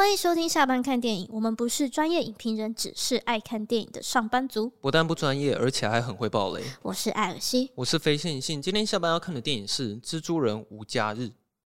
欢迎收听下班看电影，我们不是专业影评人，只是爱看电影的上班族。 不但不专业，而且还很会爆雷。 我是艾尔西， 我是非线性。今天下班要看的电影是《蜘蛛人无家日》。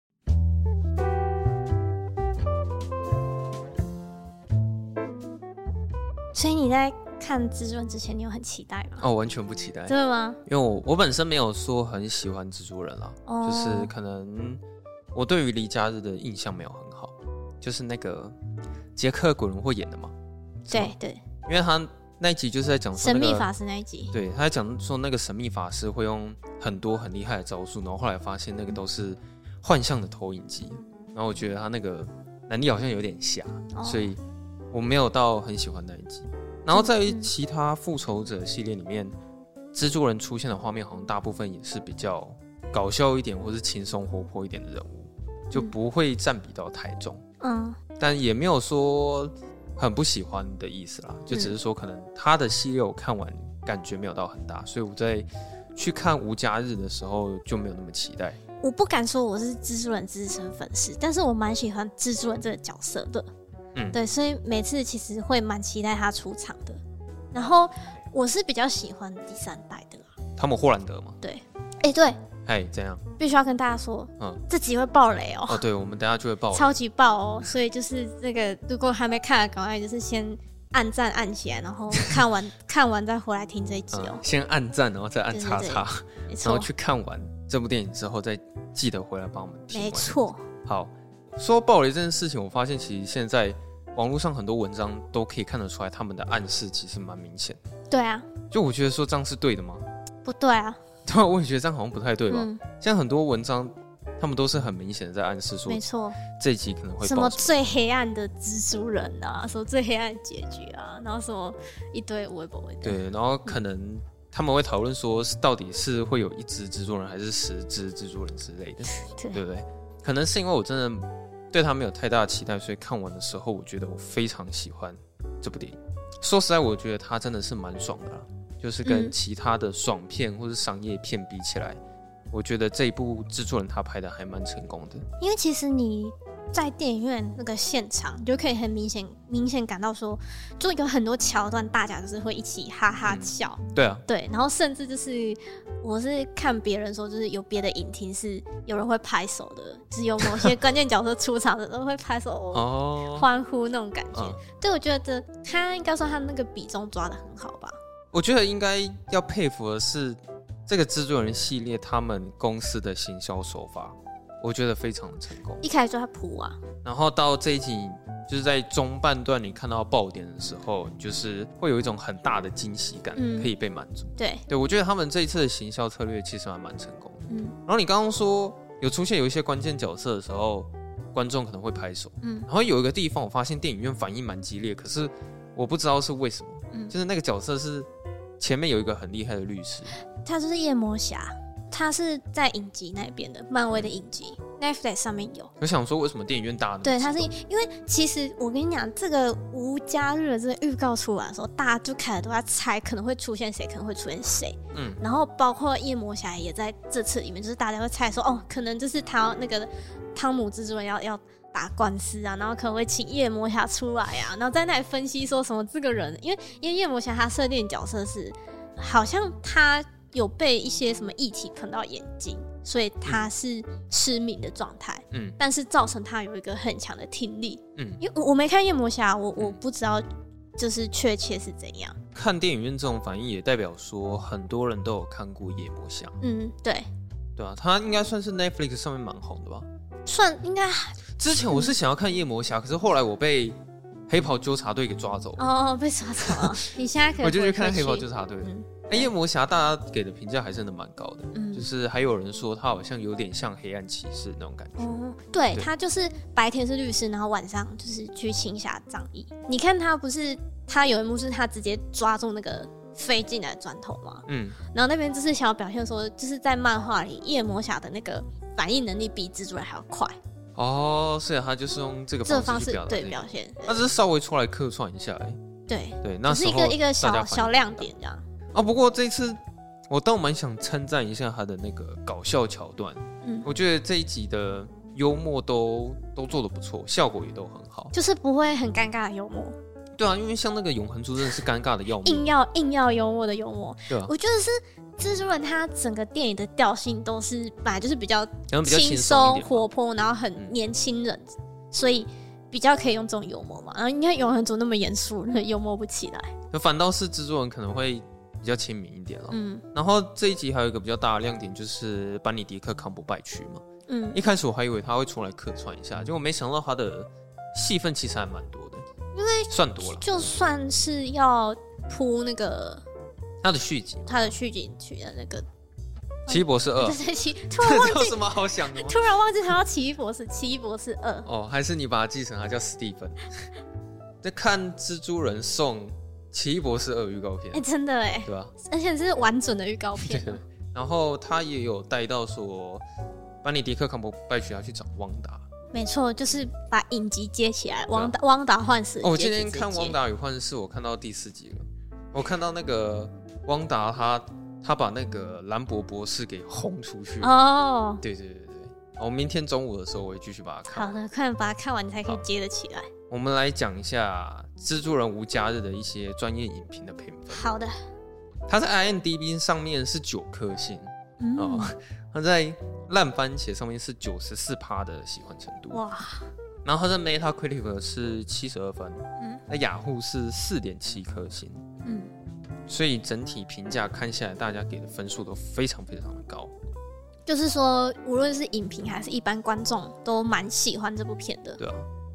所以你在看蜘蛛人之前，你有很期待吗？ 哦，完全不期待。 真的吗？ 因为我本身没有说很喜欢蜘蛛人啦，就是可能我对于离家日的印象没有很好，就是那个杰克·滚伦会演的嘛。 对对， 因为他那一集就是在讲说、 神秘法师那一集， 对，他在讲说那个神秘法师会用很多很厉害的招数，然后后来发现那个都是幻象的投影机，然后我觉得他那个能力好像有点瞎，所以我没有到很喜欢那一集。然后在其他复仇者系列里面，蜘蛛人出现的画面好像大部分也是比较搞笑一点或是轻松活泼一点的人物，就不会占比到太重。但也没有说很不喜欢的意思啦，就只是说可能他的系列我看完感觉没有到很大，所以我在去看无家日的时候就没有那么期待。 我不敢说我是蜘蛛人资深粉丝，但是我蛮喜欢蜘蛛人这个角色的。对，所以每次其实会蛮期待他出场的。然后我是比较喜欢第三代的啦， 汤姆·霍兰德嘛。 对，对， 怎样？ 必须要跟大家说，这集会爆雷哦。 对，我们等一下就会爆雷， 超级爆哦。所以就是那个，如果还没看的，赶快就是先按赞按起来，然后看完再回来听这一集哦。 先按赞，然后再按叉叉， 没错， 然后去看完这部电影之后，再记得回来帮我们听。 没错。 好，说爆雷这件事情，我发现其实现在网络上很多文章都可以看得出来，他们的暗示其实蛮明显。 对啊， 就我觉得说这样是对的吗？ 不对啊。 对啊，我也觉得这样好像不太对吧？现在很多文章他们都是很明显的在暗示说， 没错， 这一集可能会爆什么最黑暗的蜘蛛人啊，什么最黑暗的结局啊，然后什么一堆微博的。 对，然后可能他们会讨论说，到底是会有一只蜘蛛人还是10只蜘蛛人之类的，对不对？可能是因为我真的对他没有太大的期待，所以看完的时候，我觉得我非常喜欢这部电影。说实在，我觉得它真的是蛮爽的啦，就是跟其他的爽片或是商业片比起来，我觉得这一部蜘蛛人他拍的还蛮成功的。 因为其实你在电影院那个现场，你就可以很明显感到说，就有很多桥段，大家就是会一起哈哈笑。 对啊， 对，然后甚至就是我是看别人说，就是有别的影厅是有人会拍手的，就是有某些关键角色出场的时候会拍手欢呼那种感觉。对，我觉得他应该说他那个比重抓得很好吧。 我觉得应该要佩服的是这个蜘蛛人系列他们公司的行销手法，我觉得非常的成功。 一开始就他谱啊， 然后到这一集就是在中半段你看到爆点的时候，就是会有一种很大的惊喜感可以被满足。对，我觉得他们这一次的行销策略其实还蛮成功的。然后你刚刚说有出现有一些关键角色的时候，观众可能会拍手。然后有一个地方我发现电影院反应蛮激烈，可是我不知道是为什么。就是那个角色是前面有一个很厉害的律师， 他就是夜魔侠，他是在影集那边的，漫威的影集 Netflix 上面有。 我想说为什么电影院大呢？ 对，他是因为其实我跟你讲，这个无家日的这个预告出来的时候，大家就开始都在猜可能会出现谁，可能会出现谁。然后包括夜魔侠也在这次里面，就是大家会猜说，可能就是他那个汤姆蜘蛛人要打官司啊，然后可能会请夜魔侠出来啊，然后在那里分析说什么这个人，因为夜魔侠他设定角色是好像他有被一些什么液体喷到眼睛，所以他是失明的状态。但是造成他有一个很强的听力。因为我没看夜魔侠，我不知道就是确切是怎样。 看电影院这种反应也代表说很多人都有看过夜魔侠。对啊，他应该算是 Netflix 上面蛮红的吧？ 算应该。 之前我是想要看夜魔侠，可是后来我被黑袍纠察队给抓走了。 被抓走了。你现在可以我就去看黑袍纠察队。夜魔侠大家给的评价还真的蛮高的。就是还有人说他好像有点像黑暗骑士那种感觉。 对，他就是白天是律师，然后晚上就是去行侠仗义。你看他不是他有一幕是他直接抓住那个飞进来的砖头嘛？然后那边就是想要表现说，就是在漫画里夜魔侠的那个反应能力比蜘蛛人还要快。所以他就是用这个方式去表现， 他只是稍微出来客串一下而已。 对， 那时候是一个小亮点这样。 不过这一次我倒蛮想称赞一下他的那个搞笑桥段。我觉得这一集的幽默都做得不错，效果也都很好， 就是不会很尴尬的幽默。 对啊，因为像那个永恒族真的是尴尬的要命， 硬要幽默的幽默。 对啊， 我觉得是蜘蛛人他整个电影的调性都是本来就是比较轻松活泼，然后很年轻人，所以比较可以用这种幽默嘛。然后你看永恒族那么严肃，幽默不起来。 反倒是蜘蛛人可能会比较亲民一点了。然后这一集还有一个比较大的亮点就是班尼迪克康伯拜区嘛。一开始我还以为他会出来客串一下，结果没想到他的戏份其实还蛮多的。 因为算多了， 就算是要铺那个他的续集曲的那个奇异博士2，突然忘记有什么好想的吗？ 突然忘记他叫奇异博士2 哦，还是你把他记成他叫史蒂芬？在看蜘蛛人送奇异博士2预告片， 真的对吧？ 而且是完整的预告片。 然后他也有带到说，班尼迪克康伯拜区要去找汪达。 没错，就是把影集接起来，汪达幻视。 我今天看《汪达与幻视》，我看到第4集了。我看到那个汪达他把那个兰博博士给轰出去。哦，对。我明天中午的时候我会继续把它看。 好的，把它看完你才可以接得起来。 我们来讲一下《蜘蛛人无家日》的一些专业影评的评分。 好的， 它在 IMDB 上面是9颗星。它在烂番茄上面是94%的喜欢程度，哇！然后它在 Metacritic 是72分，在雅虎是4.7颗星，所以整体评价看下来，大家给的分数都非常非常的高。 就是说，无论是影评还是一般观众，都蛮喜欢这部片的。 对啊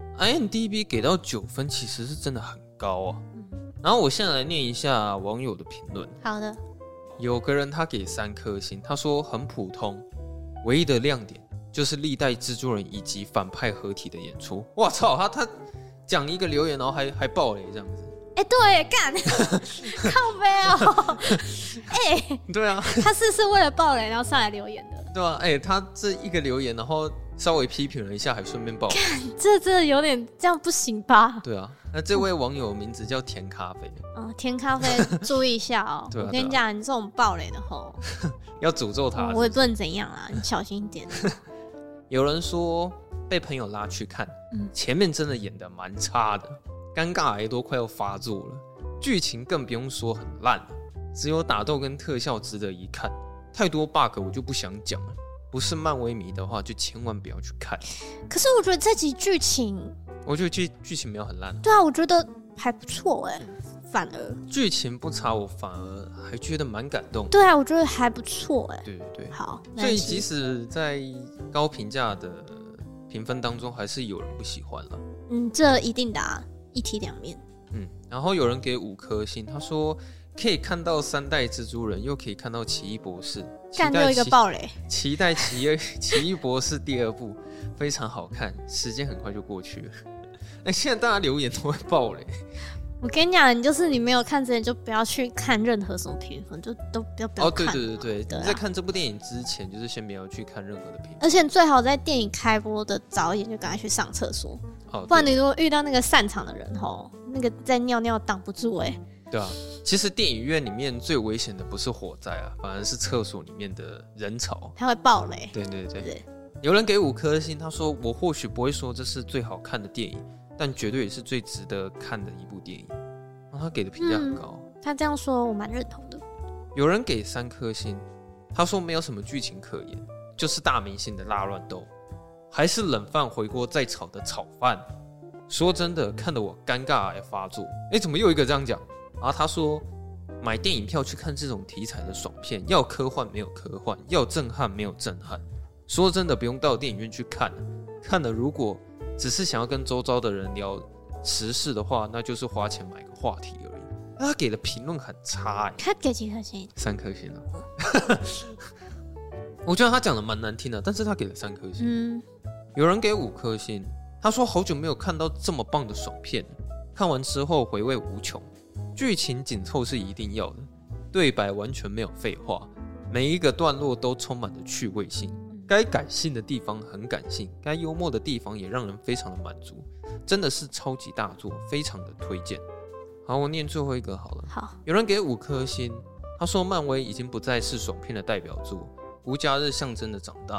，IMDB 给到9分，其实是真的很高啊。然后我现在来念一下网友的评论。 好的。 有个人他给3颗星，他说很普通，唯一的亮点就是历代蜘蛛人以及反派合体的演出。哇操，他讲一个留言，然后还爆雷这样子。 对，干，靠背哦。 对啊， 他是为了爆雷然后上来留言的。 对啊，他这一个留言，然后稍微批评了一下，还顺便爆雷。 这真的有点这样不行吧？ 对啊，那这位网友名字叫甜咖啡。 甜咖啡，注意一下哦。我跟你讲，你这种爆雷的吼， 要诅咒他。 我也不能怎样啦，你小心一点。 有人说被朋友拉去看，前面真的演得蛮差的，尴尬癌都快要发作了，剧情更不用说很烂了，只有打斗跟特效值得一看，太多 bug 我就不想讲了。不是漫威迷的话，就千万不要去看。 可是我觉得这集剧情， 我觉得剧情没有很烂。 对啊，我觉得还不错反而剧情不差，我反而还觉得蛮感动。 对啊，我觉得还不错对。 好， 所以即使在高评价的评分当中，还是有人不喜欢了。 这一定的啊，一体两面。 然后有人给5颗星，他说可以看到3代蜘蛛人，又可以看到奇异博士， 干掉一个爆雷， 期待奇异博士第2部，非常好看，时间很快就过去了。现在大家留言都会爆雷。 我跟你讲，你没有看之前就不要去看任何什么评分，就都不要看。 对，你在看这部电影之前，就是先不要去看任何的评分， 而且最好在电影开播的早一点就赶快去上厕所，不然你如果遇到那个散场的人那个在尿尿挡不住对啊，其实电影院里面最危险的不是火灾啊，反而是厕所里面的人潮， 它会爆雷。 对。有人给5颗星，他说我或许不会说这是最好看的电影，但绝对也是最值得看的一部电影。他给的评价很高， 他这样说我蛮认同的。 有人给3颗星，他说没有什么剧情可言，就是大明星的大乱斗，还是冷饭回锅再炒的炒饭。说真的，看得我尴尬癌发作。怎么又一个这样讲？然后他说买电影票去看这种题材的爽片，要科幻没有科幻，要震撼没有震撼。说真的，不用到电影院去看了如果只是想要跟周遭的人聊时事的话，那就是花钱买个话题而已。他给的评论很差他给几颗星 ？3颗星了。我觉得他讲的蛮难听的，但是他给了3颗星。有人给5颗星，他说好久没有看到这么棒的爽片，看完之后回味无穷，剧情紧凑是一定要的，对白完全没有废话，每一个段落都充满了趣味性。该感性的地方很感性，该幽默的地方也让人非常的满足，真的是超级大作，非常的推荐。好，我念最后一个好了。 好， 有人给5颗星，他说漫威已经不再是爽片的代表作，无家日象征的长大，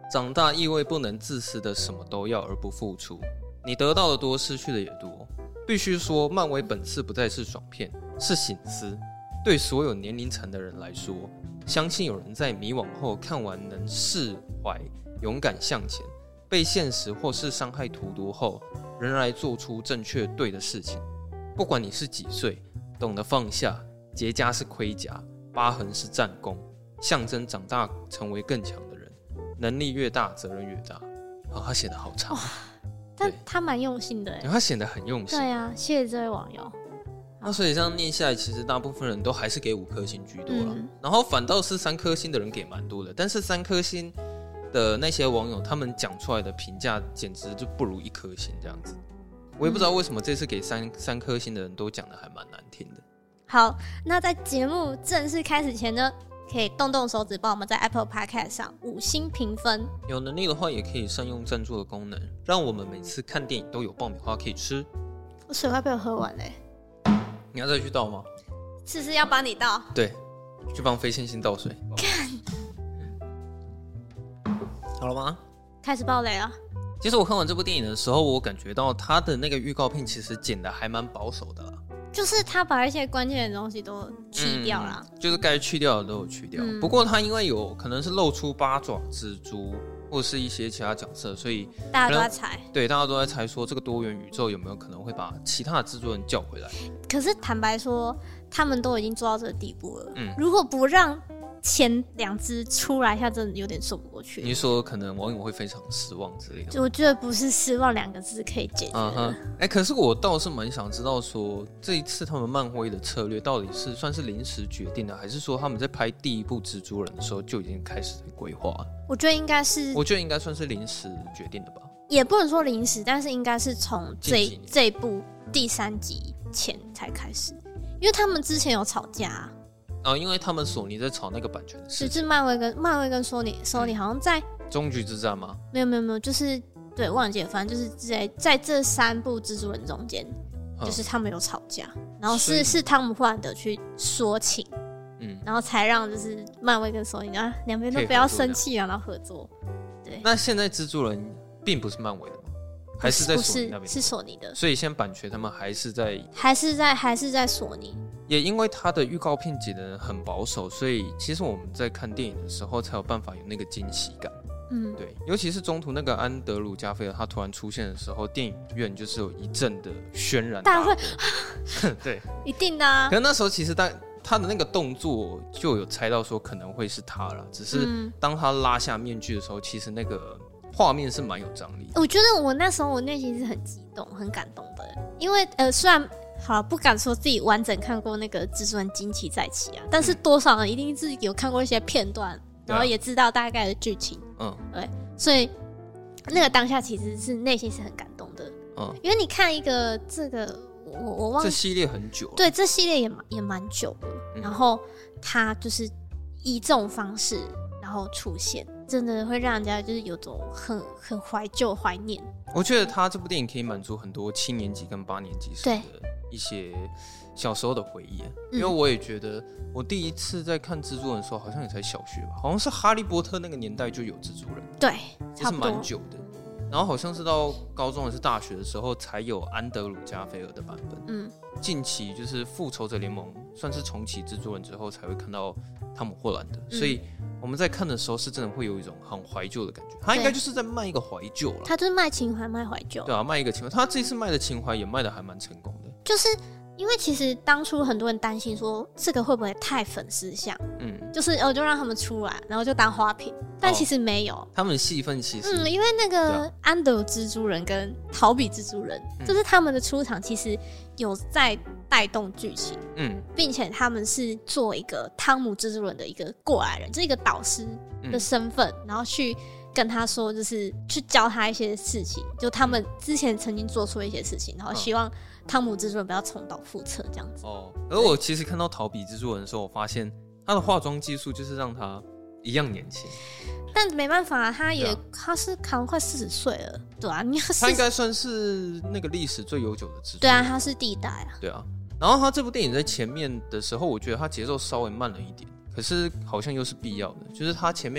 长大意味不能自私的什么都要而不付出，你得到的多，失去的也多。必须说，漫威本次不再是爽片，是省思。对所有年龄层的人来说，相信有人在迷惘后看完能释怀，勇敢向前，被现实或是伤害荼毒后，仍然做出正确对的事情。不管你是几岁，懂得放下，结痂是盔甲，疤痕是战功，象征长大成为更强的人。能力越大，责任越大。他写得好长， 但他蛮用心的， 他写得很用心。 对啊，谢谢这位网友。 那所以这样念下来，其实大部分人都还是给5颗星居多啦，然后反倒是3颗星的人给蛮多的，但是3颗星的那些网友，他们讲出来的评价简直就不如1颗星这样子。我也不知道为什么这次给3颗星的人都讲的还蛮难听的。 好，那在节目正式开始前呢，可以动动手指帮我们在 Apple Podcast 上5星评分。 有能力的话，也可以善用赞助的功能，让我们每次看电影都有爆米花可以吃。 我水快被我喝完嘞。 你要再去倒吗？ 是要帮你倒？ 对，去帮非线性倒水。好了吗？ 开始爆雷了。 其实我看完这部电影的时候，我感觉到他的那个预告片其实剪得还蛮保守的啦， 就是他把一些关键的东西都去掉了， 就是该去掉的都有去掉。不过他因为有可能是露出8爪蜘蛛或是一些其他角色，所以大家都在猜。 对，大家都在猜说这个多元宇宙有没有可能会把其他的蜘蛛人叫回来。 可是坦白说，他们都已经做到这个地步了，如果不让前2只出来一下，真的有点说不过去。 你说可能网友会非常失望之类的？ 我觉得不是失望2个字可以解决的。 可是我倒是蛮想知道说，这一次他们漫威的策略到底是算是临时决定的，还是说他们在拍第1部蜘蛛人的时候就已经开始在规划了？ 我觉得应该算是临时决定的吧。 也不能说临时，但是应该是从这一部第3集前才开始，因为他们之前有吵架因为他们索尼在吵那个版权的事情， 是漫威跟索尼好像在终局之战吗？ 没有，就是对忘记了，反正就是在这3部蜘蛛人中间，就是他们有吵架，然后是汤姆·霍兰德去说情，然后才让就是漫威跟索尼两边都不要生气啊，然后合作。对， 那现在蜘蛛人并不是漫威的吗？还是在索尼那边？ 是索尼的， 所以现在版权他们还是在索尼。 也因为他的预告片剪得很保守，所以其实我们在看电影的时候才有办法有那个惊喜感。对，尤其是中途那个安德鲁·加菲尔他突然出现的时候，电影院就是有一阵的渲染， 大家会对， 一定的啊。 可是那时候其实他的那个动作就有猜到说可能会是他了，只是当他拉下面具的时候，其实那个画面是蛮有张力的。 我觉得我那时候我内心是很激动、很感动的，因为虽然好不敢说自己完整看过那个《蜘蛛人惊奇再起》但是多少人一定是有看过一些片段，然后也知道大概的剧情。对，所以那个当下其实是内心是很感动的。因为你看一个这个我忘了， 这系列很久了， 对，这系列也蛮久了。然后他就是以这种方式然后出现，真的会让人家就是有种很怀旧怀念。 我觉得他这部电影可以满足很多7年级跟8年级生的一些小时候的回忆，因为我也觉得我第一次在看蜘蛛人的时候好像也才小学吧，好像是哈利波特那个年代就有蜘蛛人， 对， 就是蛮久的。然后好像是到高中还是大学的时候才有安德鲁·加菲尔的版本。近期就是复仇者联盟算是重启蜘蛛人之后才会看到汤姆·霍兰德，所以我们在看的时候是真的会有一种很怀旧的感觉。他应该就是在卖一个怀旧了， 他就是卖情怀卖怀旧。 对啊，卖一个情怀。他这次卖的情怀也卖的还蛮成功的， 就是因为其实当初很多人担心说这个会不会太粉丝向，就是就让他们出来，然后就当花瓶，但其实没有， 他们戏份其实， 因为那个安德蜘蛛人跟逃避蜘蛛人，就是他们的出场其实有在带动剧情，并且他们是做一个汤姆蜘蛛人的一个过来人，就是一个导师的身份，然后去跟他说，就是去教他一些事情，就他们之前曾经做出一些事情，然后希望汤姆蜘蛛人不要重蹈覆辙这样子。 而我其实看到逃避蜘蛛人的时候，我发现他的化妆技术就是让他一样年轻， 但没办法，他是好像快40岁了，对啊， 他应该算是那个历史最悠久的蜘蛛人， 对啊，他是第1代啊， 对啊。然后他这部电影在前面的时候，我觉得他节奏稍微慢了一点，可是好像又是必要的，就是他前面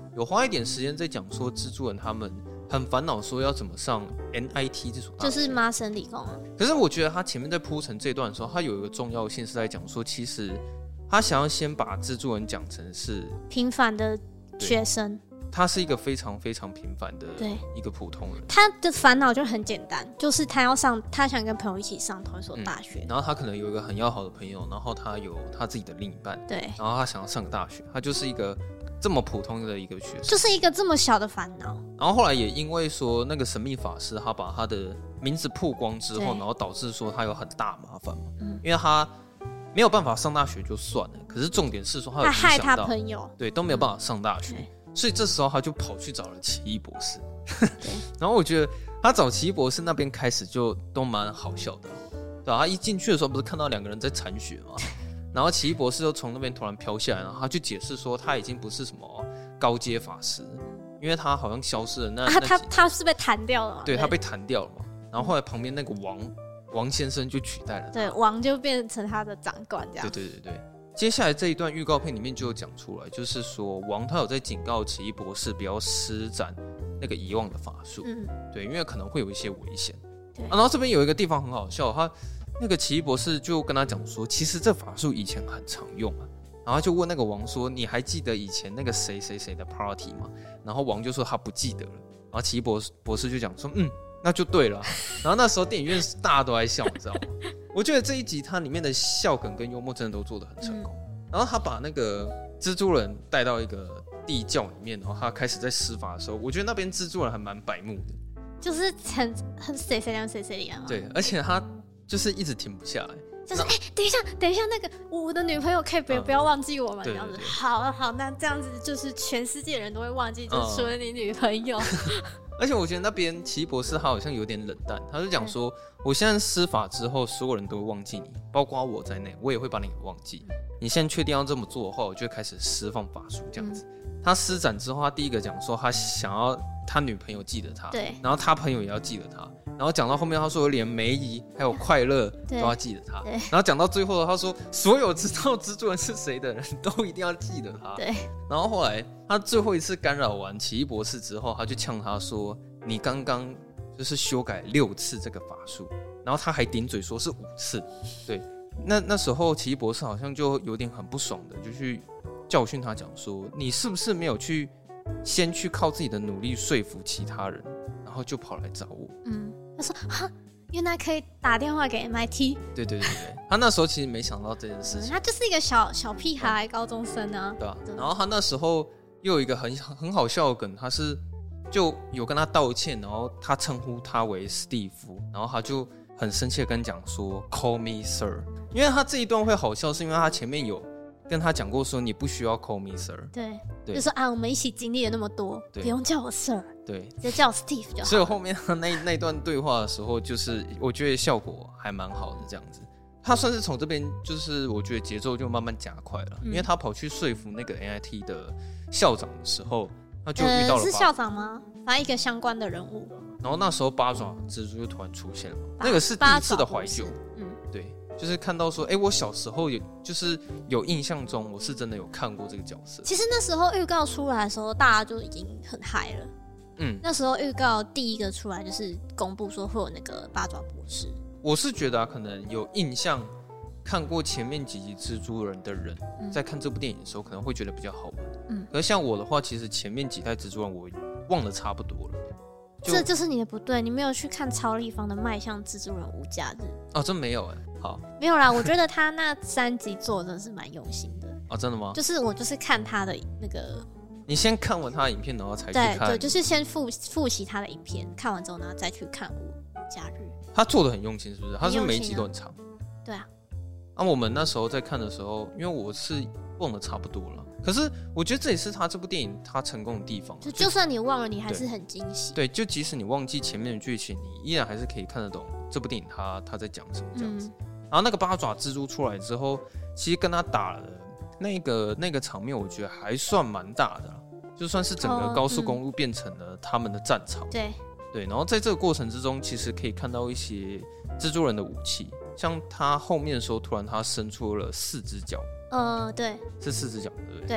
有花一点时间在讲说蜘蛛人他们很烦恼说要怎么上 MIT 这所大学， 就是麻省理工。 可是我觉得他前面在铺陈这段的时候，他有一个重要性是在讲说，其实他想要先把蜘蛛人讲成是平凡的学生， 他是一个非常非常平凡的一个普通人。 他的烦恼就很简单，就是他想跟朋友一起上同一所大学， 然后他可能有一个很要好的朋友，然后他有他自己的另一半， 对， 然后他想要上个大学，他就是一个这么普通的一个学生， 就是一个这么小的烦恼。 然后后来也因为说那个神秘法师他把他的名字曝光之后，然后导致说他有很大麻烦嘛，因为他没有办法上大学就算了，可是重点是说他有影响到害他朋友， 对，都没有办法上大学，所以这时候他就跑去找了奇异博士。然后我觉得他找奇异博士那边开始就都蛮好笑的，对吧？他一进去的时候不是看到两个人在铲雪吗？然后奇异博士就从那边突然飘下来，然后他就解释说他已经不是什么高阶法师，因为他好像消失了他是被弹掉了嘛？ 对，他被弹掉了嘛。然后后来旁边那个王先生就取代了他， 对，王就变成他的长官这样。 对。接下来这一段预告片里面就有讲出来，就是说王他有在警告奇异博士不要施展那个遗忘的法术，对，因为可能会有一些危险。然后这边有一个地方很好笑，他那个奇异博士就跟他讲说，其实这法术以前很常用啊。然后他就问那个王说，你还记得以前那个谁谁谁的 party 吗？然后王就说他不记得了。然后奇异博士就讲说，那就对了。然后那时候电影院大家都在笑，你知道吗？我觉得这一集它里面的笑梗跟幽默真的都做得很成功。然后他把那个蜘蛛人带到一个地窖里面，然后他开始在施法的时候，我觉得那边蜘蛛人还蛮白目的， 就是很谁谁啊。对， 而且他就是一直停不下来。 就是等一下，那个我的女朋友可以不要忘记我们这样子。好，那这样子就是全世界人都会忘记，就是除了你女朋友。 而且我觉得那边奇异博士他好像有点冷淡，他就讲说，我现在施法之后，所有人都会忘记你，包括我在内，我也会把你给忘记。你现在确定要这么做的话，我就会开始释放法术这样子。他施展之后，他第一个讲说他想要他女朋友记得他， 对， 然后他朋友也要记得他，然后讲到后面他说连梅姨还有快乐都要记得他，然后讲到最后他说所有知道蜘蛛人是谁的人都一定要记得他， 对。 然后后来他最后一次干扰完奇异博士之后，他就呛他说你刚刚就是修改6次这个法术，然后他还顶嘴说是5次，对。那时候奇异博士好像就有点很不爽的，就去教训他讲说，你是不是没有先去靠自己的努力说服其他人，然后就跑来找我。 他说哈，原来可以打电话给 MIT。对， 他那时候其实没想到这件事情， 他就是一个小屁孩，高中生啊。 对啊，然后他那时候又有一个很好笑的梗，他是就有跟他道歉，然后他称呼他为史蒂夫，然后他就很生气的跟讲说 call me sir， 因为他这一段会好笑是因为他前面有跟他讲过说你不需要 call me sir， 对，就说我们一起经历了那么多，不用叫我 sir， 对， 就叫我 Steve 就好。 所以后面他那段对话的时候，就是我觉得效果还蛮好的这样子。他算是从这边就是我觉得节奏就慢慢加快了，因为他跑去说服那个 MIT 的校长的时候，他就遇到了是校长吗？反正一个相关的人物。 然后那时候八爪蜘蛛就突然出现了，那个是第一次的怀旧，对，就是看到说，我小时候就是有印象中，我是真的有看过这个角色。 其实那时候预告出来的时候，大家就已经很嗨了。那时候预告第一个出来就是公布说会有那个八爪博士。 我是觉得可能有印象看过前面几集蜘蛛人的人，在看这部电影的时候可能会觉得比较好玩。可是像我的话，其实前面几代蜘蛛人我忘得差不多了。 这就是你的不对，你没有去看超立方的《迈向蜘蛛人无假日》 哦，真没有好， 没有啦。我觉得他那3集做的真的是蛮用心的。 哦，真的吗？ 就是我就是看他的那个， 你先看完他的影片，然后才去看。 对，就是先复习他的影片，看完之后然后再去看无假日。 他做的很用心，是不是？他是每一集都很长。 对啊。 我们那时候在看的时候，因为我是忘得差不多了。可是我觉得这也是他这部电影他成功的地方， 就算你忘了，你还是很惊喜。 对，就即使你忘记前面的剧情，你依然还是可以看得懂这部电影他在讲什么这样子。然后那个八爪蜘蛛出来之后，其实跟他打的那个场面，我觉得还算蛮大的啦，就算是整个高速公路变成了他们的战场。对，然后在这个过程之中，其实可以看到一些蜘蛛人的武器，像他后面的时候，突然他伸出了4只脚。 对， 是4只脚，对不对？ 对。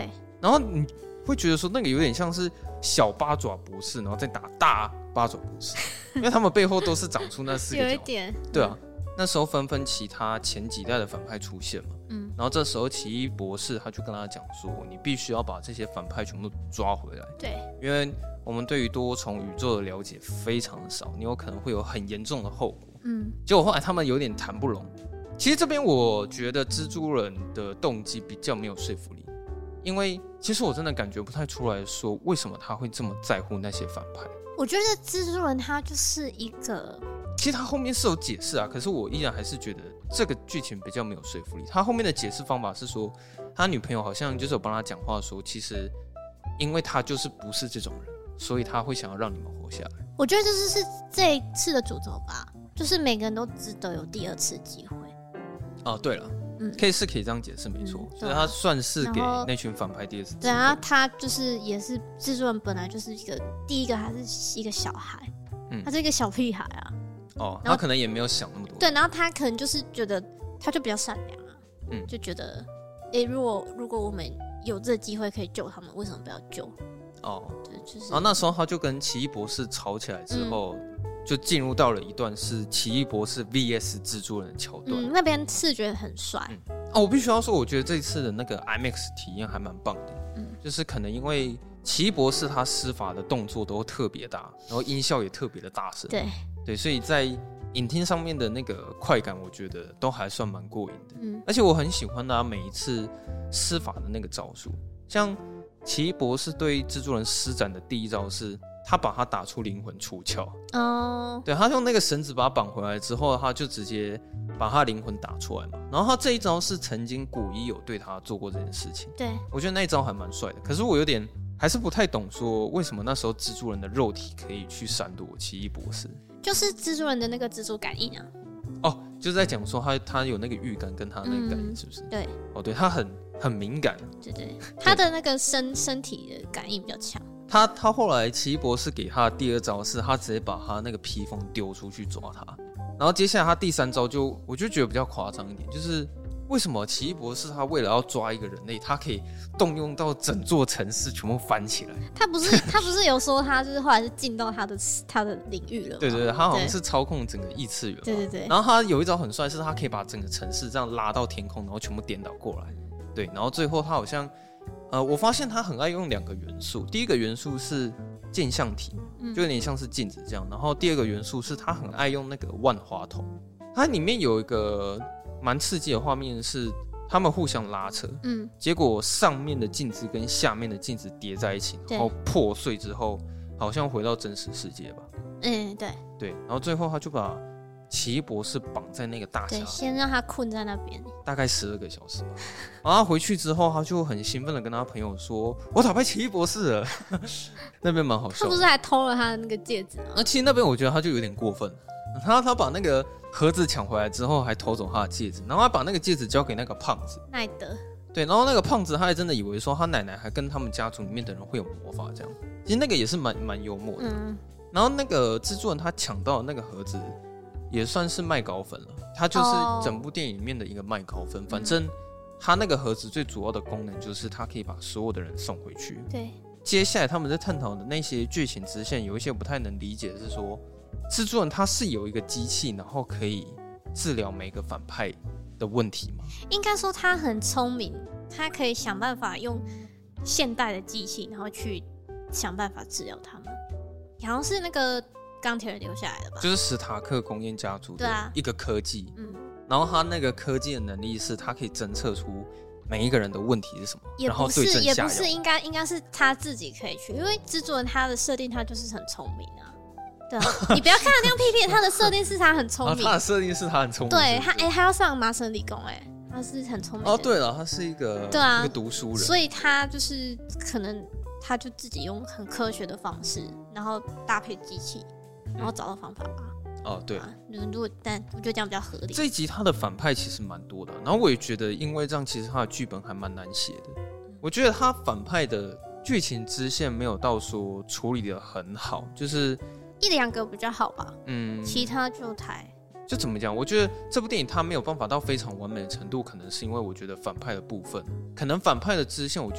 然后你会觉得说那个有点像是小八爪博士，然后再打大八爪博士，因为他们背后都是长出那4个角。 有一点， 对啊。那时候纷纷其他前几代的反派出现嘛，然后这时候奇异博士他就跟他讲说，你必须要把这些反派全部抓回来。 对， 因为我们对于多重宇宙的了解非常的少，你有可能会有很严重的后果。结果后来他们有点谈不拢。其实这边我觉得蜘蛛人的动机比较没有说服力，因为其实我真的感觉不太出来说为什么他会这么在乎那些反派。 我觉得蜘蛛人他就是一个， 其实他后面是有解释啊，可是我依然还是觉得这个剧情比较没有说服力。他后面的解释方法是说，他女朋友好像就是有帮他讲话说，其实因为他就是不是这种人，所以他会想要让你们活下来。 我觉得这是这一次的主轴吧，就是每个人都值得有第2次机会。 哦，对了，可以这样解释，没错，所以他算是给那群反派第2次机会。 对啊，他就是也是蜘蛛人本来就是一个第一个还是一个小孩，他是一个小屁孩啊。 哦，他可能也没有想那么多。 对，然后他可能就是觉得他就比较善良啊，就觉得，如果我们有这个机会可以救他们，为什么不要救？哦，对，就是。然后那时候他就跟奇异博士吵起来之后，就进入到了一段是奇异博士 VS 蜘蛛人的桥段。 那边是觉得很帅。 我必须要说，我觉得这一次的那个 IMAX 体验还蛮棒的。就是可能因为奇异博士他施法的动作都特别大，然后音效也特别的大声。对，所以在影厅上面的那个快感，我觉得都还算蛮过瘾的。而且我很喜欢他每一次施法的那个招数，像奇异博士对蜘蛛人施展的第一招是，他把他打出灵魂出窍。对，他用那个绳子把他绑回来之后，他就直接把他灵魂打出来嘛。然后他这一招是曾经古一有对他做过这件事情。 对， 我觉得那一招还蛮帅的。可是我有点还是不太懂，说为什么那时候蜘蛛人的肉体可以去闪躲奇异博士。 就是蜘蛛人的那个蜘蛛感应啊。 就是在讲说他有那个预感跟他那个感应，是不是？ 对。 对，他很敏感。 对，他的那个身体的感应比较强。 他后来奇异博士给他的第2招是，他直接把他那个披风丢出去抓他。然后接下来他第3招我就觉得比较夸张一点，就是为什么奇异博士他为了要抓一个人类，他可以动用到整座城市全部翻起来？他不是有说他就是后来是进到他的领域了吗？ 对，他好像是操控整个异次元。 对。 然后他有一招很帅，是他可以把整个城市这样拉到天空，然后全部颠倒过来。对，然后最后他好像我发现他很爱用2个元素，第一个元素是镜像体，就有点像是镜子这样。然后第2个元素是他很爱用那个万花筒，它里面有一个蛮刺激的画面是他们互相拉扯，结果上面的镜子跟下面的镜子叠在一起，然后破碎之后，好像回到真实世界吧。对，然后最后他就把奇异博士绑在那个大厦， 先让他困在那边， 大概12个小时吧。然后他回去之后，他就很兴奋的跟他朋友说：“我打败奇异博士了。”那边蛮好笑的。 他不是还偷了他的那个戒指吗？ 其实那边我觉得他就有点过分。他把那个盒子抢回来之后，还偷走他的戒指，然后还把那个戒指交给那个胖子奈德。 对，然后那个胖子他还真的以为说他奶奶还跟他们家族里面的人会有魔法这样。其实那个也是蛮幽默的。然后那个蜘蛛人他抢到的那个盒子也算是麦高芬了，他就是整部电影里面的一个麦高芬。反正他那个盒子最主要的功能就是他可以把所有的人送回去。 对， 接下来他们在探讨的那些剧情支线，有一些不太能理解的是说，蜘蛛人他是有一个机器，然后可以治疗每个反派的问题吗？ 应该说他很聪明，他可以想办法用现代的机器，然后去想办法治疗他们。好像是那个钢铁人留下来的吧？就是史塔克工业家族的一个科技。然后他那个科技的能力是，他可以侦测出每一个人的问题是什么，然后对症下药。 也不是，应该是他自己可以去，因为蜘蛛人他的设定他就是很聪明啊。对啊，你不要看他那样屁屁，他的设定是他很聪明。 他的设定是他很聪明。 对他要上麻省理工他是很聪明的。 对了，他是一个一个读书人， 所以他就是可能他就自己用很科学的方式，然后搭配机器，然后找到方法吧。 对， 但我觉得这样比较合理。 这一集他的反派其实蛮多的，然后我也觉得，因为这样，其实他的剧本还蛮难写的。我觉得他反派的剧情支线没有到说处理的很好，就是 1-2个比较好吧。其他就怎么讲？我觉得这部电影它没有办法到非常完美的程度，可能是因为我觉得反派的部分，可能反派的支线，我觉得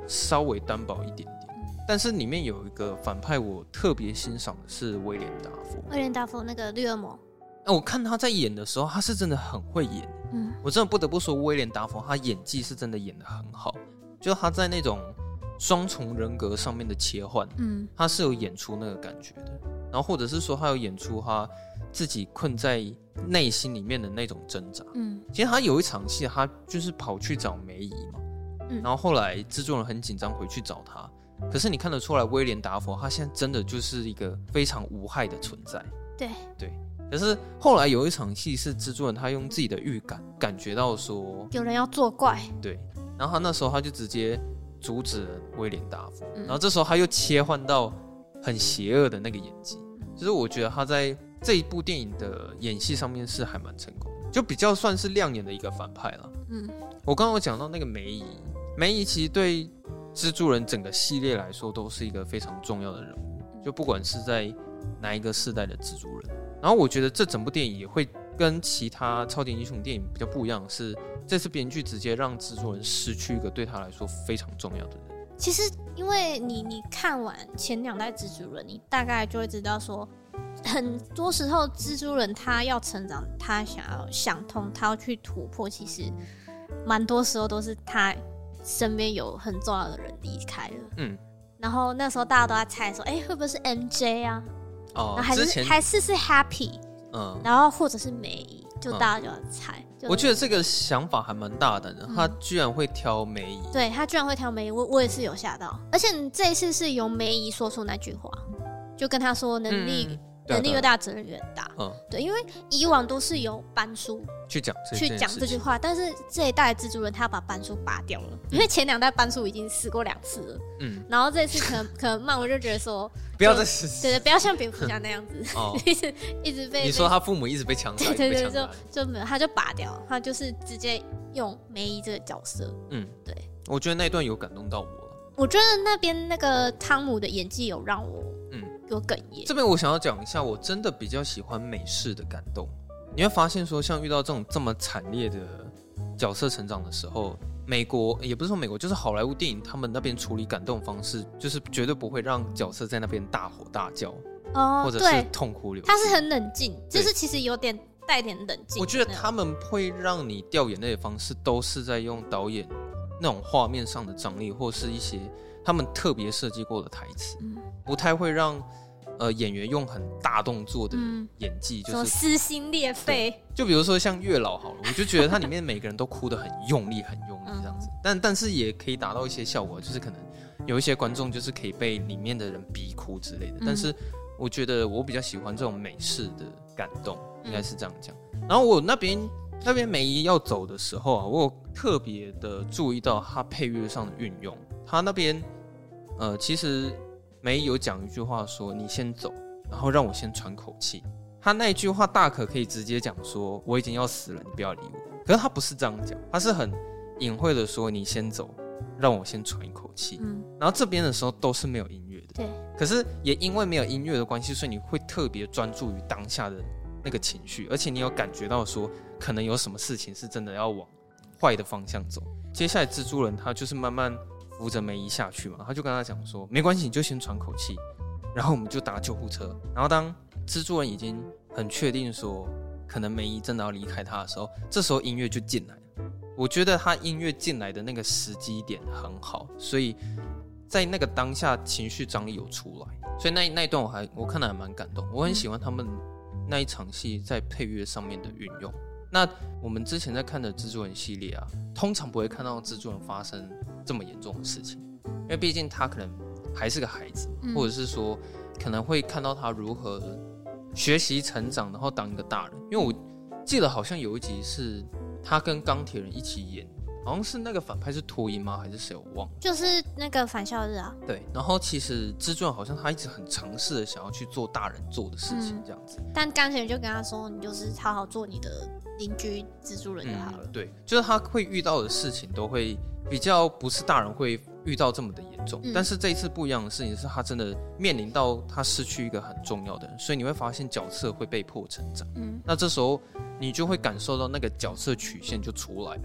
稍微单薄一点点。但是里面有一个反派我特别欣赏的是威廉达佛。 威廉达佛那个绿恶魔， 我看他在演的时候，他是真的很会演。我真的不得不说，威廉达佛他演技是真的演得很好，就他在那种双重人格上面的切换，他是有演出那个感觉的。然后或者是说他有演出他自己困在内心里面的那种挣扎。其实他有一场戏，他就是跑去找梅姨嘛，然后后来制作人很紧张回去找他。可是你看得出来，威廉达佛他现在真的就是一个非常无害的存在。对。可是后来有一场戏是制作人他用自己的预感感觉到说有人要作怪， 对，然后他那时候他就直接阻止了威廉达佛，然后这时候他又切换到很邪恶的那个演技，就是我觉得他在这一部电影的演戏上面是还蛮成功的，就比较算是亮眼的一个反派了。我刚刚有讲到那个梅姨其实对蜘蛛人整个系列来说都是一个非常重要的人物，就不管是在哪一个世代的蜘蛛人。然后我觉得这整部电影也会跟其他超级英雄电影比较不一样，是这次编剧直接让蜘蛛人失去一个对他来说非常重要的人。 其实因为你看完前2代蜘蛛人，你大概就会知道说，很多时候蜘蛛人他要成长，他想通，他要去突破，其实蛮多时候都是他身边有很重要的人离开了。然后那时候大家都在猜说，会不会是 MJ 啊？还是 Happy，然后或者是梅姨，就大家就要猜。 我觉得这个想法还蛮大胆的，他居然会挑梅姨。 对，他居然会挑梅姨，我也是有吓到。而且这一次是由梅姨说出那句话，就跟他说能力越大，责任越大。对，因为以往都是由班叔去讲这句话，但是这一代蜘蛛人他要把班叔拔掉了，因为前2代班叔已经死过2次了。然后这次可能漫威就觉得说， 不要再死， 对，不要像蝙蝠侠那样子，一直被你说他父母一直被枪杀， 对，就没有，他就拔掉，他就是直接用梅姨这个角色。对， 我觉得那一段有感动到我了。 我觉得那边那个汤姆的演技有让我有哽咽。 这边我想要讲一下，我真的比较喜欢美式的感动。你会发现说，像遇到这种这么惨烈的角色成长的时候，美国也不是说美国，就是好莱坞电影他们那边处理感动方式，就是绝对不会让角色在那边大吼大叫，或者是痛哭流涕。 他是很冷静，就是其实有点带点冷静。 我觉得他们会让你掉眼泪的方式，都是在用导演那种画面上的张力，或是一些他们特别设计过的台词，不太会让演员用很大动作的演技，就是撕心裂肺。 就比如说像月老好了，我就觉得它里面每个人都哭得很用力，很用力这样子。但是也可以达到一些效果，就是可能有一些观众就是可以被里面的人逼哭之类的。但是我觉得我比较喜欢这种美式的感动，应该是这样讲。然后我那边梅姨要走的时候啊，我有特别的注意到她配乐上的运用。她那边其实梅姨有讲一句话说：“你先走，然后让我先喘口气。”她那一句话大可可以直接讲说：“我已经要死了，你不要理我。”可是她不是这样讲，她是很隐晦的说：“你先走，让我先喘一口气。”然后这边的时候都是没有音乐的， 对。 可是也因为没有音乐的关系，所以你会特别专注于当下的那个情绪，而且你有感觉到说，可能有什么事情是真的要往坏的方向走。接下来蜘蛛人他就是慢慢扶着梅姨下去嘛，他就跟他讲说：“没关系，你就先喘口气，然后我们就打救护车。”然后当蜘蛛人已经很确定说可能梅姨真的要离开他的时候，这时候音乐就进来了。我觉得他音乐进来的那个时机点很好，所以在那个当下情绪张力有出来，所以那一段我看得还蛮感动。我很喜欢他们那一场戏在配乐上面的运用。那我们之前在看的蜘蛛人系列啊，通常不会看到蜘蛛人发生这么严重的事情，因为毕竟他可能还是个孩子，或者是说可能会看到他如何学习成长，然后当一个大人。因为我记得好像有一集是他跟钢铁人一起演，好像是那个反派是秃鹰吗？还是谁？我忘了。 就是那个返校日啊。 对，然后其实蜘蛛人好像他一直很尝试的想要去做大人做的事情，这样子。 但钢铁人就跟他说：“你就是好好做你的邻居蜘蛛人就好了。 对，就是他会遇到的事情都会比较不是大人会遇到这么的严重，但是这一次不一样的事情是他真的面临到他失去一个很重要的人，所以你会发现角色会被迫成长。那这时候你就会感受到那个角色曲线就出来了。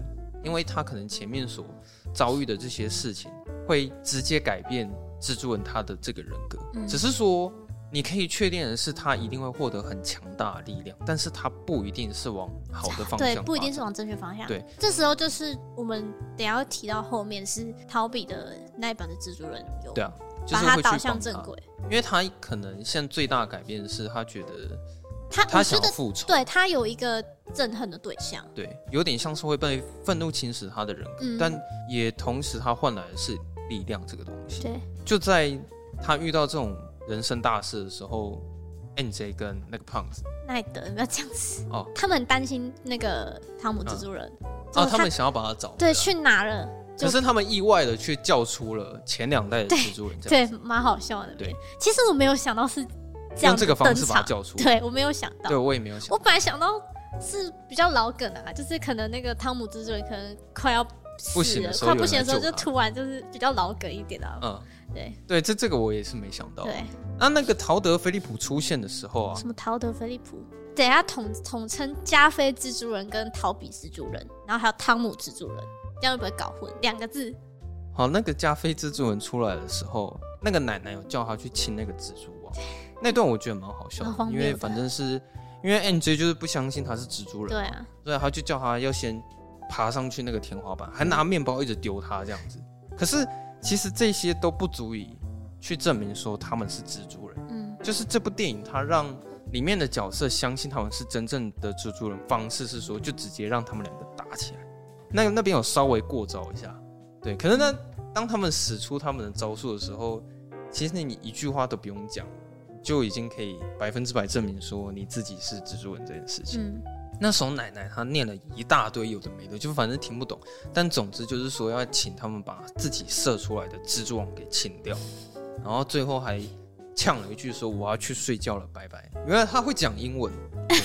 因为他可能前面所遭遇的这些事情会直接改变蜘蛛人他的这个人格，只是说你可以确定的是他一定会获得很强大的力量，但是他不一定是往好的方向， 对，不一定是往正确方向。 对， 这时候就是我们等一下会提到后面是陶比的那一版的蜘蛛人有， 对啊， 把他导向正轨， 因为他可能现在最大的改变是他觉得他想要复仇， 对，他有一个憎恨的对象， 对，有点像是会被愤怒侵蚀他的人格，但也同时他换来的是力量这个东西。 对， 就在他遇到这种人生大事的时候 ，NJ 跟那个胖子奈德不要这样子哦，他们很担心那个汤姆蜘蛛人他们想要把他找回来， 对，去哪了？ 可是他们意外的却叫出了前2代的蜘蛛人， 对，蛮好笑的。对，其实我没有想到是这样用这个方式把他叫出来， 对我没有想到， 对我也没有想到， 我本来想到是比较老梗啊，就是可能那个汤姆蜘蛛人可能快要不行的时候， 快不行的时候就突然就是比较老梗一点啊。对， 这个我也是没想到。 对， 那个陶德·菲利普出现的时候啊， 什么陶德·菲利普？等一下统称加菲蜘蛛人跟陶比蜘蛛人，然后还有汤姆蜘蛛人，这样会不会搞混？2个字。 好，那个加菲蜘蛛人出来的时候，那个奶奶有叫他去亲那个蜘蛛网，那段我觉得蛮好笑的，因为反正是因为 NJ 就是不相信他是蜘蛛人， 对啊， 所以他就叫他要先爬上去那个天花板，还拿面包一直丢他这样子。可是其实这些都不足以去证明说他们是蜘蛛人，就是这部电影它让里面的角色相信他们是真正的蜘蛛人，方式是说就直接让他们2个打起来，那边有稍微过招一下。对，可是呢，当他们使出他们的招数的时候，其实你一句话都不用讲，就已经可以100%证明说你自己是蜘蛛人这件事情。那时候奶奶她念了一大堆有的没的，就反正听不懂，但总之就是说要请他们把自己射出来的蜘蛛网给清掉，然后最后还呛了一句说我要去睡觉了，拜拜。原来他会讲英文。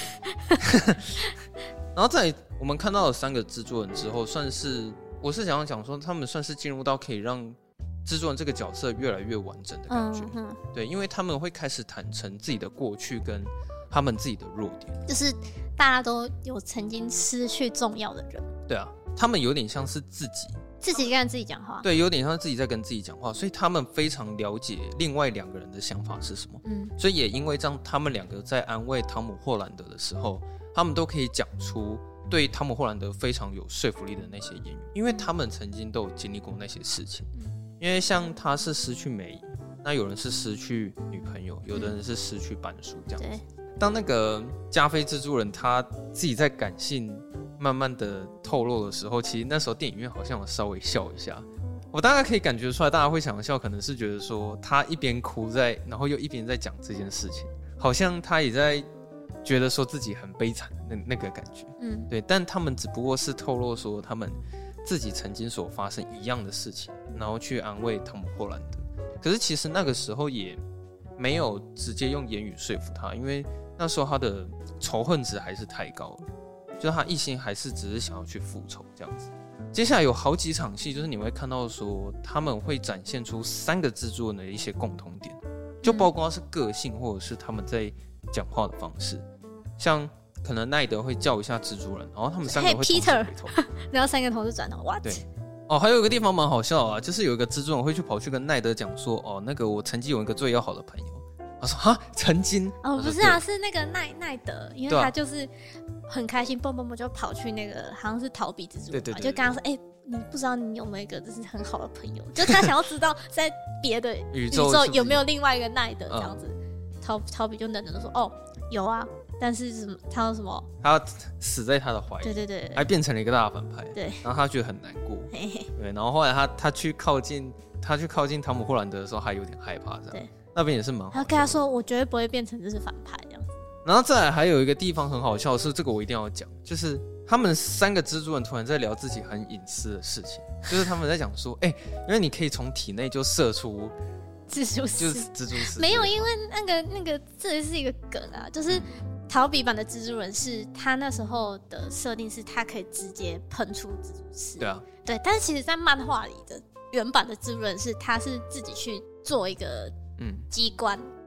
然后在我们看到了3个蜘蛛人之后，我是想要讲说，他们算是进入到可以让蜘蛛人这个角色越来越完整的感觉。对，因为他们会开始坦诚自己的过去跟他们自己的弱点， 就是大家都有曾经失去重要的人。 对啊，他们有点像是自己跟自己讲话， 对，有点像自己在跟自己讲话，所以他们非常了解另外2个人的想法是什么。所以也因为这样，他们2个在安慰汤姆·霍兰德的时候，他们都可以讲出对汤姆·霍兰德非常有说服力的那些言语，因为他们曾经都有经历过那些事情。因为像他是失去梅姨，那有人是失去女朋友，有的人是失去板书这样子。当那个加菲蜘蛛人他自己在感性慢慢的透露的时候，其实那时候电影院好像有稍微笑一下。我大概可以感觉出来，大家会想笑，可能是觉得说他一边哭然后又一边在讲这件事情，好像他也在觉得说自己很悲惨的那个感觉。对，但他们只不过是透露说他们自己曾经所发生一样的事情，然后去安慰汤姆·霍兰德。可是其实那个时候也没有直接用言语说服他，因为那时候他的仇恨值还是太高了，就是他一心还是只是想要去复仇这样子。接下来有好几场戏，就是你会看到说他们会展现出3个蜘蛛人的一些共同点，就包括是个性或者是他们在讲话的方式，像可能奈德会叫一下蜘蛛人，然后他们3个会同时回头， 然后3个同时转头 ，what？ 对，还有一个地方蛮好笑啊，就是有一个蜘蛛人跑去跟奈德讲说，那个我曾经有一个最要好的朋友。他说哈，曾经不是啊，是那个奈德，因为他就是很开心，蹦蹦蹦就跑去那个好像是逃避蜘蛛人，就跟他说，你不知道你有没有一个就是很好的朋友，就他想要知道在别的宇宙有没有另外一个奈德这样子。逃避就冷冷的说，有啊，但是什么？他说什么？ 他死在他的怀里，对，还变成了一个大反派， 对， 然后他觉得很难过，对，然后后来他去靠近汤姆·霍兰德的时候，还有点害怕这样。对。那边也是蛮好， 他跟他说我绝对不会变成就是反派这样子。 然后再来还有一个地方很好笑的是，这个我一定要讲，就是他们3个蜘蛛人突然在聊自己很隐私的事情，就是他们在讲说因为你可以从体内就射出蜘蛛丝， 就是蜘蛛丝。 没有，因为那个这是一个梗啊，就是陶比版的蜘蛛人是他那时候的设定是他可以直接喷出蜘蛛丝， 对啊， 对，但是其实在漫画里的原版的蜘蛛人是他是自己去做一个机关，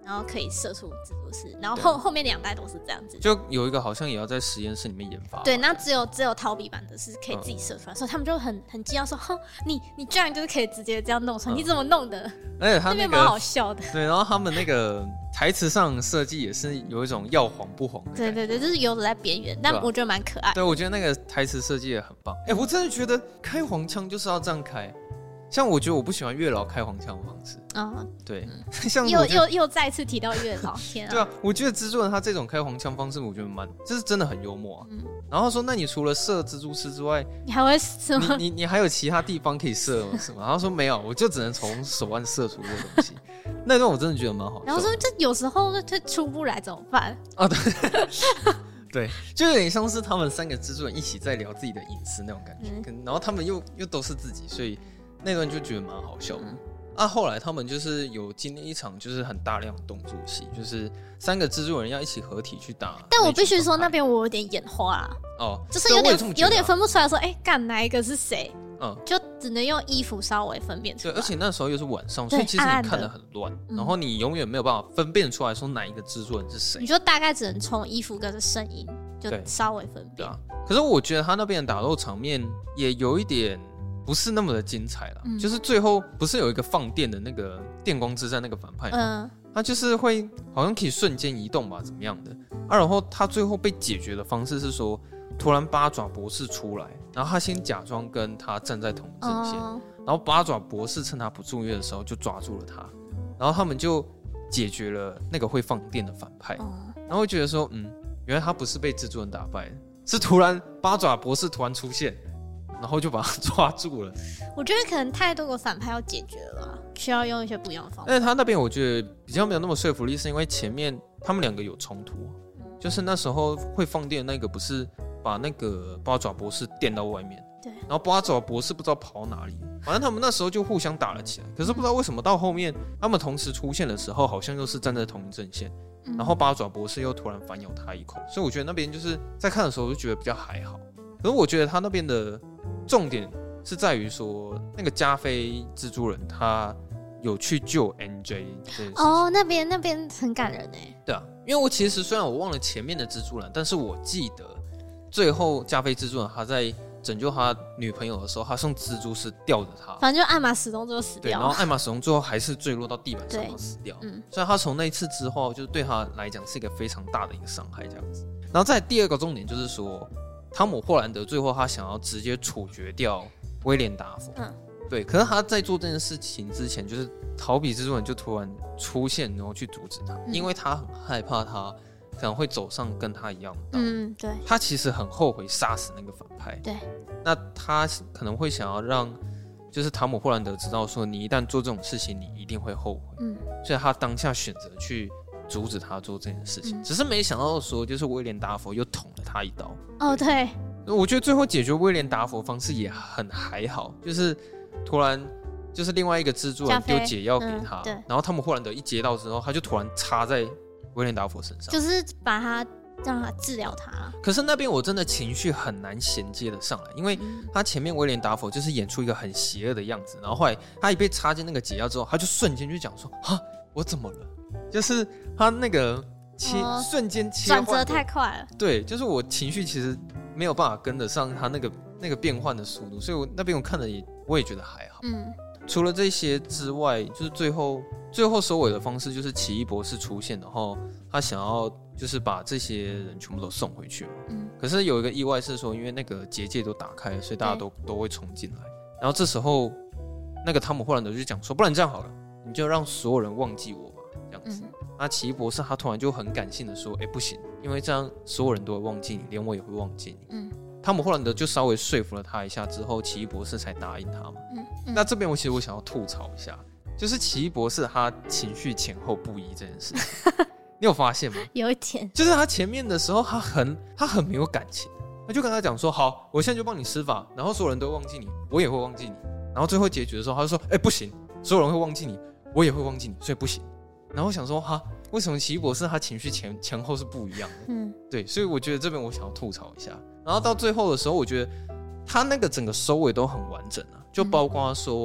然后可以射出蜘蛛丝，然后后面2代都是这样子。 就有一个好像也要在实验室里面研发。 对，那只有陶比版的是可以自己射出来，所以他们就很惊讶说：“哼，你居然就是可以直接这样弄出来，你怎么弄的？” 而且他那边蛮好笑的。 对，然后他们那个台词上设计也是有一种要黄不黄的感觉。 对，就是游走在边缘，但我觉得蛮可爱。 对，我觉得那个台词设计也很棒。我真的觉得开黄腔就是要这样开。像我觉得我不喜欢月老开黄腔的方式对，像又再次提到月老，天啊！ 对啊，我觉得蜘蛛人他这种开黄腔方式，我觉得就是真的很幽默啊。然后说，那你除了射蜘蛛丝之外， 你还会什么？ 你还有其他地方可以射吗？是吗？然后说没有，我就只能从手腕射出这个东西。那段我真的觉得蛮好笑。 然后说，这有时候它出不来怎么办？ 对。对，就有点像是他们3个蜘蛛人一起在聊自己的隐私那种感觉，然后他们又都是自己，所以那段就觉得蛮好笑的。后来他们就是有经历一场就是很大量的动作戏，就是3个蜘蛛人要一起合体去打。 但我必须说那边我有点眼花啦，就是有点分不出来说，干哪一个是谁？就只能用衣服稍微分辨出来。 对，而且那时候又是晚上，所以其实你看得很乱，然后你永远没有办法分辨出来说哪一个蜘蛛人是谁。 你就大概只能从衣服跟声音就稍微分辨。 可是我觉得他那边的打斗场面也有一点不是那么的精彩了，就是最后不是有一个放电的那个电光之战那个反派他就是会好像可以瞬间移动吧，怎么样的然后他最后被解决的方式是说，突然八爪博士出来，然后他先假装跟他站在同阵线，然后八爪博士趁他不注意的时候就抓住了他，然后他们就解决了那个会放电的反派，然后会觉得说原来他不是被蜘蛛人打败的，是突然八爪博士突然出现，然后就把他抓住了。 我觉得可能太多个反派要解决了，需要用一些不一样的方法。 但是他那边我觉得比较没有那么说服力，是因为前面他们2个有冲突，就是那时候会放电的那个不是把那个八爪博士电到外面， 对， 然后八爪博士不知道跑哪里，反正他们那时候就互相打了起来。可是不知道为什么到后面他们同时出现的时候，好像又是站在同一阵线，然后八爪博士又突然反咬他一口，所以我觉得那边就是在看的时候就觉得比较还好。可是我觉得他那边的重点是在于说，那个加菲蜘蛛人他有去救 NJ 这件事情。 那边很感人耶。 对啊，因为我其实虽然我忘了前面的蜘蛛人，但是我记得最后加菲蜘蛛人他在拯救他女朋友的时候，他用蜘蛛丝吊着他， 反正就艾玛史东最后死掉。 对，然后艾玛史东最后还是坠落到地板上然后死掉。所以他从那一次之后，就是对他来讲是一个非常大的一个伤害这样子。然后再第二个重点就是说，汤姆·霍兰德最后他想要直接处决掉威廉·达佛。对，可是他在做这件事情之前，就是逃避蜘蛛人就突然出现，然后去阻止他，因为他很害怕他可能会走上跟他一样的道路。 对， 他其实很后悔杀死那个反派。 对， 那他可能会想要让就是汤姆·霍兰德知道说，你一旦做这种事情，你一定会后悔。所以他当下选择去阻止他做这件事情，只是没想到说，就是威廉·达佛又捅了他一刀。 对， 我觉得最后解决威廉·达佛方式也很还好，就是突然就是另外一个蜘蛛人丢解药给他，然后汤姆·霍兰德一接到之后，他就突然插在威廉·达佛身上， 就是把他让他治疗他。 可是那边我真的情绪很难衔接的上来，因为他前面威廉·达佛就是演出一个很邪恶的样子，然后后来他一被插进那个解药之后，他就瞬间就讲说：“哈，我怎么了？”就是他那个瞬间切换转折太快了。 对，就是我情绪其实没有办法跟得上他那个变换的速度，所以我那边我看了我也觉得还好。除了这些之外，就是最后收尾的方式就是奇异博士出现，然后他想要就是把这些人全部都送回去。可是有一个意外是说，因为那个结界都打开了，所以大家都会冲进来。然后这时候那个汤姆·霍兰德就讲说：“不然这样好了，你就让所有人忘记我吧。”这样子。那奇异博士他突然就很感性的说：“不行，因为这样所有人都会忘记你，连我也会忘记你。”汤姆·霍兰德就稍微说服了他一下之后，奇异博士才答应他嘛。那这边其实我想要吐槽一下，就是奇异博士他情绪前后不一这件事你有发现吗？ 有一点， 就是他前面的时候他很没有感情，他就跟他讲说：“好，我现在就帮你施法，然后所有人都会忘记你，我也会忘记你。”然后最后结局的时候，他就说：“不行，所有人会忘记你，我也会忘记你，所以不行。”然后我想说：“哈，为什么奇异博士他情绪前后是不一样的？”对，所以我觉得这边我想要吐槽一下。然后到最后的时候，我觉得他那个整个收尾都很完整啊，就包括说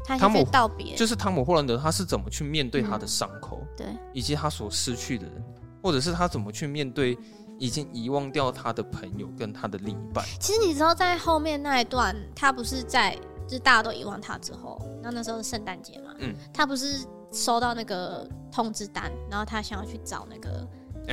他先去道别， 就是汤姆·霍兰德他是怎么去面对他的伤口， 对， 以及他所失去的人，或者是他怎么去面对已经遗忘掉他的朋友跟他的另一半。 其实你知道，在后面那一段，他不是就是大家都遗忘他之后，然后那时候是圣诞节嘛，他不是收到那个通知单，然后他想要去找那个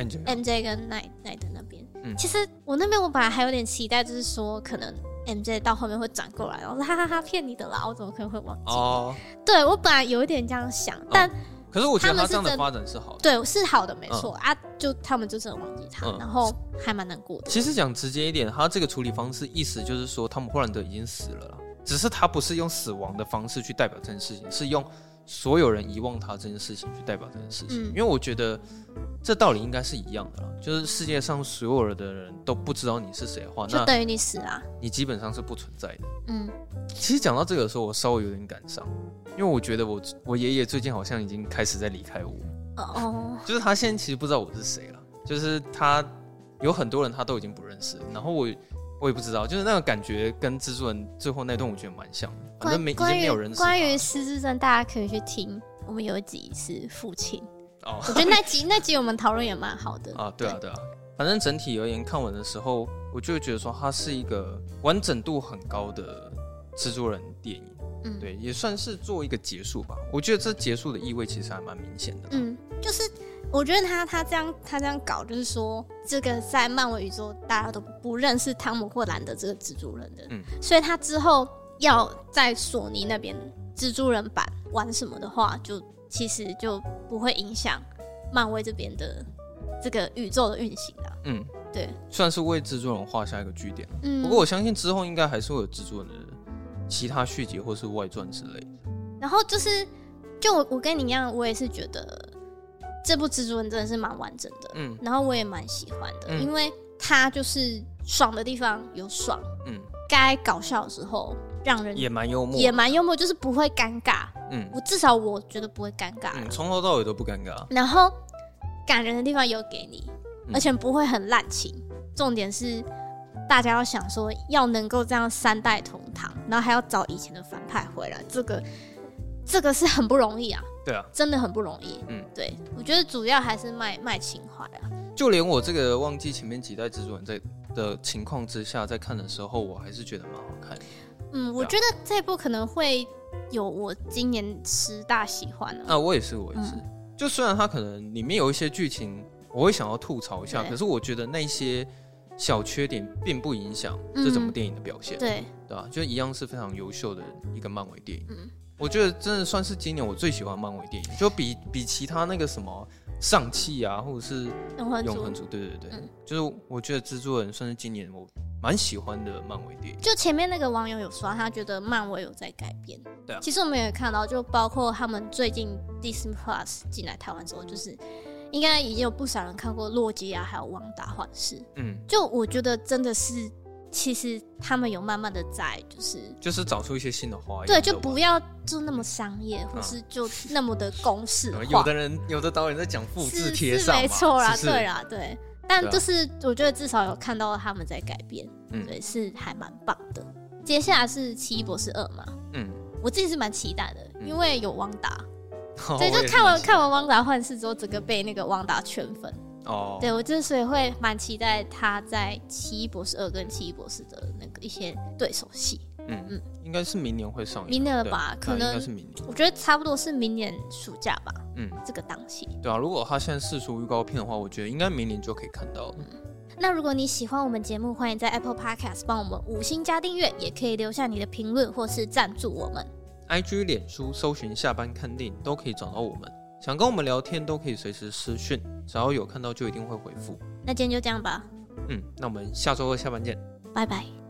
MJ 跟奈德那边。其实我那边我本来还有点期待，就是说可能 MJ 到后面会转过来，然后说哈哈哈骗你的啦，我怎么可能会忘记？对，我本来有一点这样想，但可是我觉得他这样的发展是好的， 对，是好的，没错啊。就他们就真的忘记他，然后还蛮难过的。 其实讲直接一点，他这个处理方式意思就是说，汤姆·霍兰德已经死了啦，只是他不是用死亡的方式去代表这件事情，是用所有人遗忘他这件事情去代表这件事情。因为我觉得这道理应该是一样的啦，就是世界上所有的人都不知道你是谁的话， 就等于你死啊， 你基本上是不存在的。其实讲到这个的时候，我稍微有点感伤，因为我觉得我爷爷最近好像已经开始在离开我。就是他现在其实不知道我是谁了，就是他有很多人他都已经不认识了，然后我也不知道，就是那个感觉跟蜘蛛人最后那段我觉得蛮像的，反正已经没有人识他。 关于失智症，大家可以去听，我们有一集是父亲，我觉得那集我们讨论也蛮好的啊。对啊，反正整体而言，看完的时候，我就会觉得说它是一个完整度很高的蜘蛛人电影。对，也算是做一个结束吧。我觉得这结束的意味其实还蛮明显的。 就是我觉得他这样搞，就是说这个在漫威宇宙大家都不认识汤姆·霍兰德这个蜘蛛人的，所以他之后要在索尼那边蜘蛛人版玩什么的话，就其实就不会影响漫威这边的这个宇宙的运行啦。对， 算是为蜘蛛人画下一个句点。不过我相信之后应该还是会有蜘蛛人的其他续集或是外传之类的。 然后就我跟你一样，我也是觉得这部蜘蛛人真的是蛮完整的。然后我也蛮喜欢的，因为它就是爽的地方有爽，该搞笑的时候让人也蛮幽默， 就是不会尴尬。至少我觉得不会尴尬， 从头到尾都不尴尬。 然后感人的地方有给你，而且不会很滥情。重点是大家要想说，要能够这样3代同堂，然后还要找以前的反派回来，这个是很不容易啊。 对啊， 真的很不容易。对，我觉得主要还是卖情怀啊。 就连我这个忘记前面几代蜘蛛人的情况之下，在看的时候，我还是觉得蛮好看的。 我觉得这部可能会有我今年10大喜欢的。 我也是。就虽然它可能里面有一些剧情，我会想要吐槽一下，可是我觉得那些小缺点并不影响这整部电影的表现。对吧？就一样是非常优秀的一个漫威电影。我觉得真的算是今年我最喜欢漫威电影，就比其他那个什么上汽啊，或者是永恒族，对，就是我觉得蜘蛛人算是今年我蛮喜欢的漫威电影。 就前面那个网友有说，他觉得漫威有在改变。 对啊， 其实我们也看到，就包括他们最近 Disney Plus 进来台湾之后，就是应该已经有不少人看过洛基啊，还有旺达幻视。就我觉得真的是。其实他们有慢慢的在， 就是找出一些新的花样， 对，就不要就那么商业，或是就那么的公式化。 有的导演在讲复制贴上嘛， 没错啦，对啦，对。但就是我觉得至少有看到他们在改变，对，是还蛮棒的。接下来是奇异博士2嘛，我自己是蛮期待的，因为有汪达，对，就看完汪达幻视之后，整个被那个汪达圈粉。对，我之所以会蛮期待他在奇异博士2跟奇异博士的那个一些对手戏。 应该是明年会上映， 明年了吧？可能应该是明年， 我觉得差不多是明年暑假吧。这个档期。 对啊，如果他现在释出预告片的话，我觉得应该明年就可以看到了。 那如果你喜欢我们节目，欢迎在 Apple Podcast 帮我们5星加订阅，也可以留下你的评论或是赞助我们。 IG、脸书搜寻下班看电影都可以找到我们。想跟我们聊天都可以随时私讯，只要有看到就一定会回复。 那今天就这样吧。 那我们下周2下班见， 拜拜。